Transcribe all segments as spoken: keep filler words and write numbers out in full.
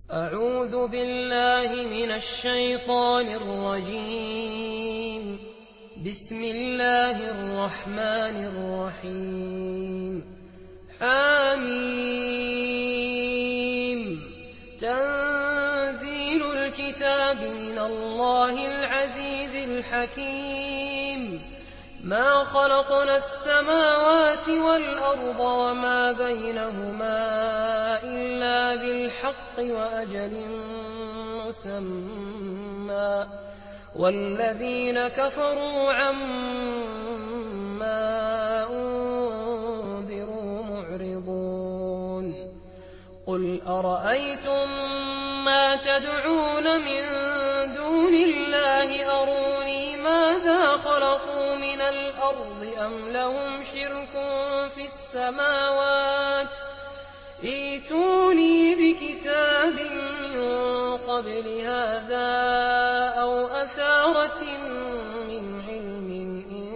أعوذ بالله من الشيطان الرجيم. بسم الله الرحمن الرحيم. حم تنزيل الكتاب من الله العزيز الحكيم. ما خلقنا السماوات والأرض وما بينهما إلا بالحق وأجل مسمى والذين كفروا عما أنذروا معرضون. قل أرأيتم ما تدعون من دون الله أروني ماذا خلقوا من الأرض أم لهم شرك في السماوات ائتوني بكتاب من قبل هذا أو أثارة من علم إن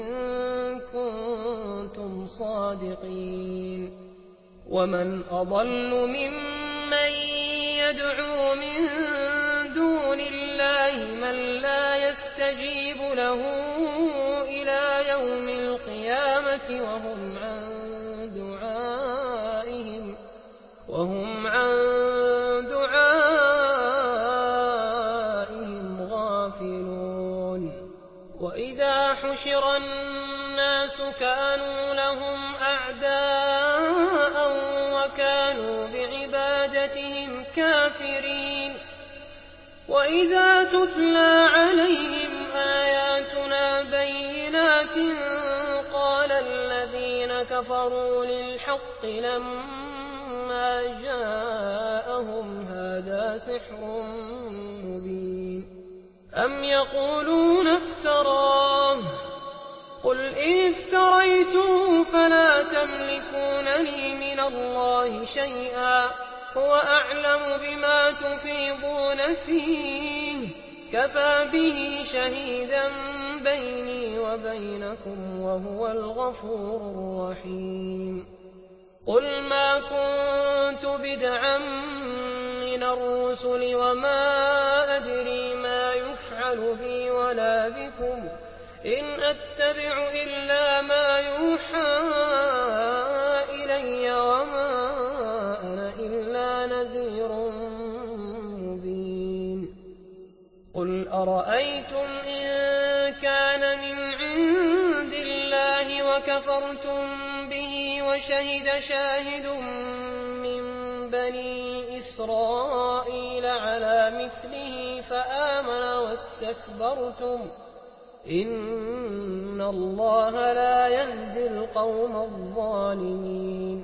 كنتم صادقين. ومن أضل ممن يدعو من دون الله من لا يستجيب له إلى يوم القيامة وهم عن دعائهم وهم عن دعائهم غافلون. وإذا حشر الناس كانوا لهم أعداء وكانوا بعبادتهم كافرين. وإذا تتلى عليهم آياتنا بينات قال الذين كفروا للحق لما جاءهم هذا سحر مبين. أم يقولون افتراه قل إن افتريته فلا تملكون لي من الله شيئا هو أعلم بما تفيضون فيه كفى به شهيدا بيني وبينكم وهو الغفور الرحيم. قل ما كنت بدعا من الرسل وما أدري ما يفعل بي ولا بكم إن أتبع إلا ما يوحى إلي وما أنا إلا نذير مبين. قل أرأيتم إن كان من عند الله وكفرتم به وشهد شاهد من بني إسرائيل على مثله فآمن واستكبرتم إن الله لا يهدي القوم الظالمين.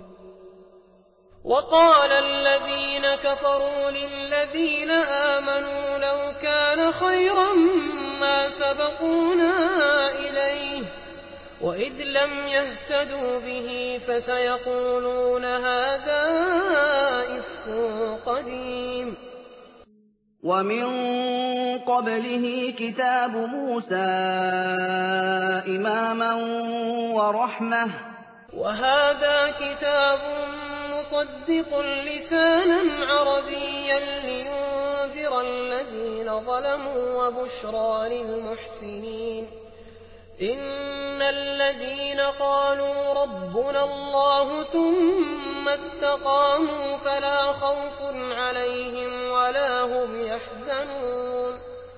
وقال الذين كفروا للذين آمنوا لو كان خيرا ما سبقونا إليه وإذ لم يهتدوا به فسيقولون هذا إفك قديم. ومن قبله كتاب موسى إماما ورحمة وهذا كتاب مصدق لسانا عربيا لينذر الذين ظلموا وبشرى للمحسنين. إن الذين قالوا ربنا الله ثم استقاموا فلا خوف عليهم ولا هم يحزنون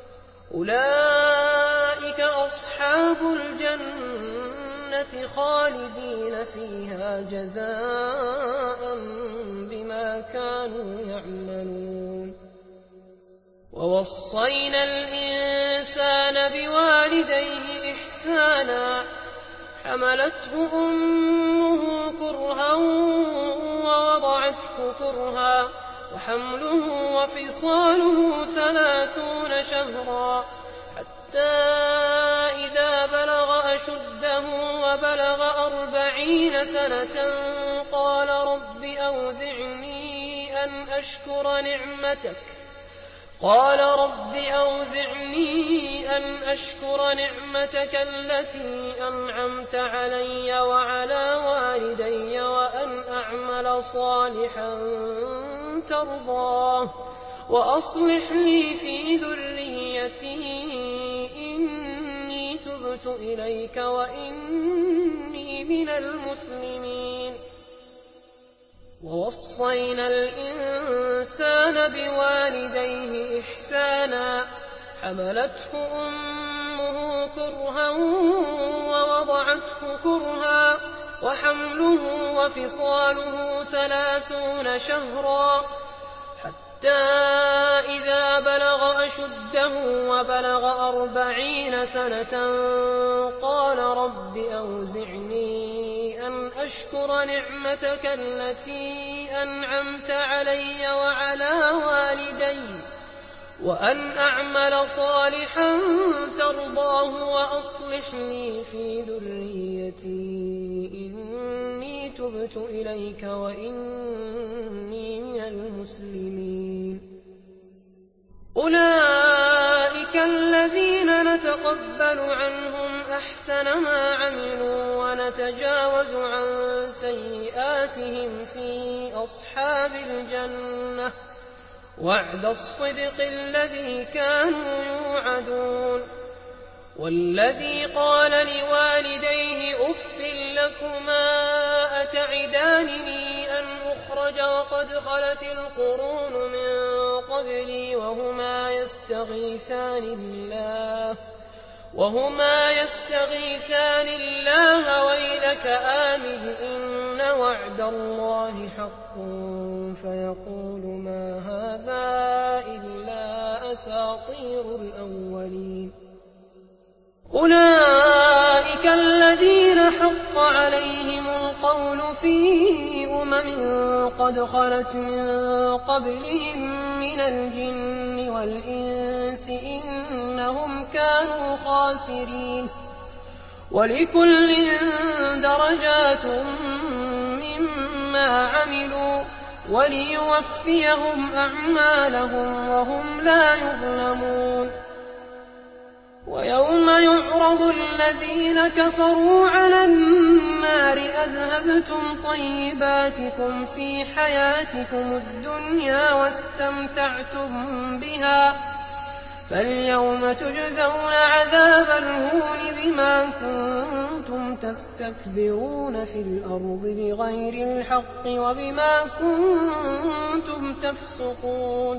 أولئك أصحاب الجنة خالدين فيها جزاء بما كانوا يعملون. ووصينا الإنسان بوالديه إحسانا حملته أمه كرها ووضعته كرها وحمله وفصاله ثلاثون شهرا حتى إذا بلغ أشده وبلغ أربعين سنة قال رب أوزعني أن أشكر نعمتك قال رب أوزعني أن أشكر نعمتك التي أنعمت علي وعلى والدي وأن أعمل صالحا ترضاه وأصلح لي في ذريتي إني تبت إليك وإني من المسلمين. ووصينا الإنسان بوالديه إحسانا حملته أمه كرها ووضعته كرها وحمله وفصاله ثلاثون شهرا حتى إذا بلغ أشده وبلغ أربعين سنة قال رب أوزعني أن أشكر نعمتك التي أنعمت علي وعلى والدي وأن أعمل صالحا ترضاه وأصلح لي في ذريتي إني تبت إليك وإني من المسلمين. أولئك الذين نتقبل عنهم أحسن ما عملوا ونتجاوز عن سيئاتهم في أصحاب الجنة وعد الصدق الذي كانوا يوعدون. والذي قال لوالديه أف لكما أتعدانني أن أخرج وقد خلت القرون من قبلي وهما يستغيثان الله وهما يستغيثان الله ويلك آمن إن وعد الله حق فيقول ما هذا إلا أساطير الأولين. أولئك الذين حق عليهم القول في أمم قد خلت من قبلهم من الجن والإنس إنهم كانوا خاسرين. ولكل درجات مما عملوا وليوفيهم أعمالهم وهم لا يظلمون. ويوم يعرض الذين كفروا على النار أذهبتم طيباتكم في حياتكم الدنيا واستمتعتم بها فاليوم تجزون عذاب الهون بما كنتم تستكبرون في الأرض بغير الحق وبما كنتم تفسقون.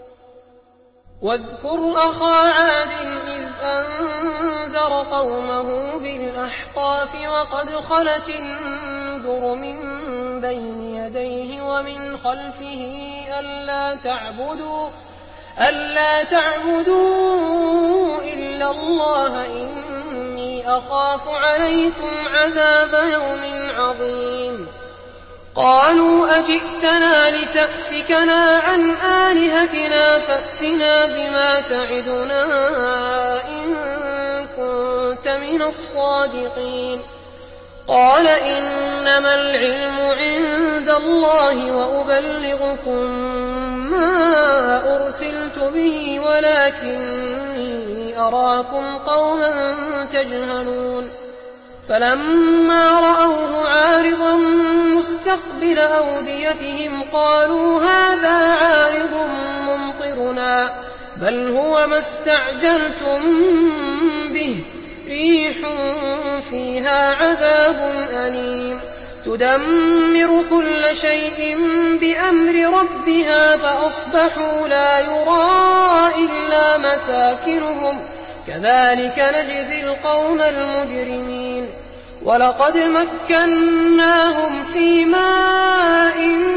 واذكر أخا عاد إذ أنذر قومه بالأحقاف وقد خلت النذر من بين يديه ومن خلفه ألا تعبدوا ألا تعبدوا إلا الله إني أخاف عليكم عذاب يوم عظيم. قالوا أجئتنا لتأفكنا عن آلهتنا فأتنا بما تعدنا إن كنت من الصادقين. قال إنما العلم عند الله وأبلغكم ما أرسلت به ولكني أراكم قوما تجهلون. فلما رأوه عارضا مستقبل أوديتهم قالوا هذا عارض ممطرنا بل هو ما استعجلتم به ريح فيها عذاب أليم تدمر كل شيء بأمر ربها فأصبحوا لا يرى إلا مساكنهم كذلك نجزي القوم المجرمين. ولقد مكناهم في ماء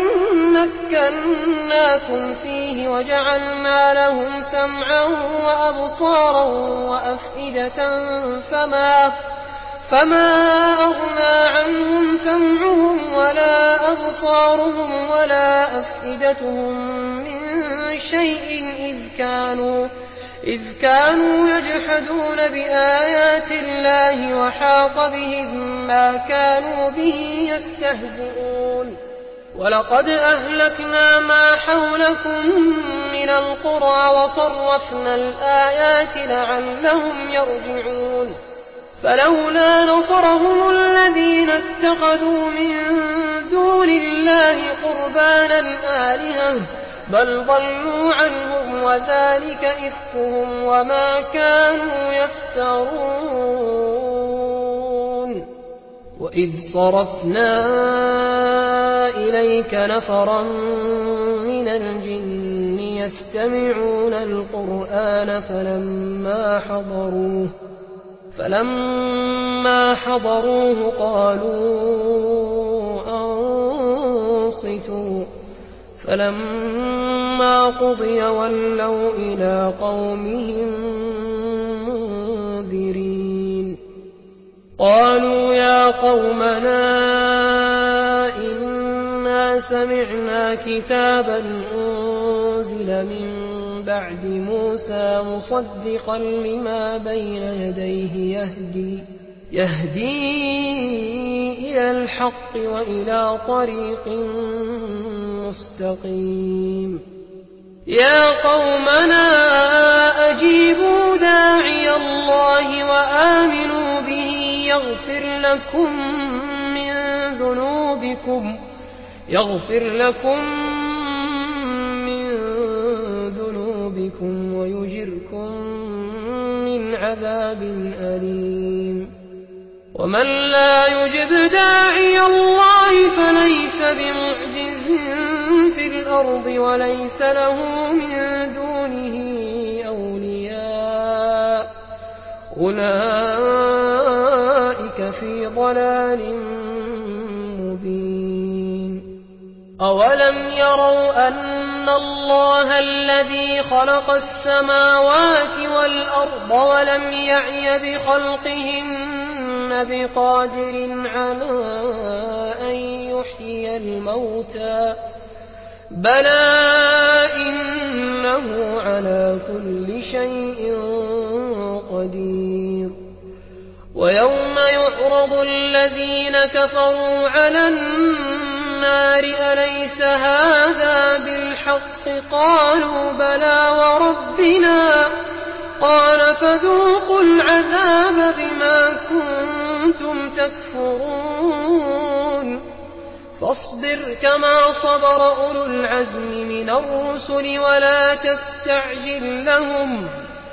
مكناكم فيه وجعلنا لهم سمعا وأبصارا وأفئدة فما, فما أغنى عنهم سمعهم ولا أبصارهم ولا أفئدتهم من شيء إذ كانوا إذ كانوا يجحدون بآيات الله وحاق بهم ما كانوا به يستهزئون. ولقد أهلكنا ما حولكم من القرى وصرفنا الآيات لعلهم يرجعون. فلولا نصرهم الذين اتخذوا من دون الله قربانا آلهة بل ضلوا عنهم وذلك إفكهم وما كانوا يفترون وإذ صرفنا إليك نفرا من الجن يستمعون القرآن فلما حضروه فلما حضروه قالوا أنصتوا فلما قضي ولوا إلى قومهم منذرين قالوا يا قومنا إنا سمعنا كتابا أنزل من بعد موسى مصدقا لما بين يديه يهدي يهدي إلى الحق وإلى طريق مستقيم يا قومنا أجيبوا داعي الله وآمنوا به يغفر لكم من ذنوبكم يغفر لكم من ذنوبكم ويجركم من عذاب أليم ومن لا يجب داعي الله فليس بمعجز في الأرض وليس له من دونه أولياء أولئك في ضلال مبين أولم يروا أن الله الذي خلق السماوات والأرض ولم يعي بخلقهن بقادر على أن يحيي الموتى بلى إنه على كل شيء قدير ويوم يعرض الذين كفروا على النار أليس هذا بالحق قالوا بلى وربنا قال فذوقوا العذاب بما كنتم تكفرون فاصبر كما صبر أولو العزم من الرسل ولا تستعجل لهم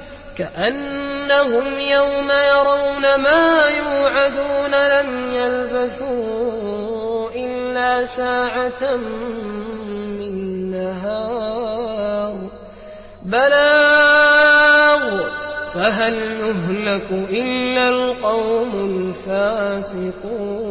كأنهم يوم يرون ما يوعدون لم يلبثوا إلا ساعة من نهار بلاغ فهل يهلك إلا القوم الفاسقون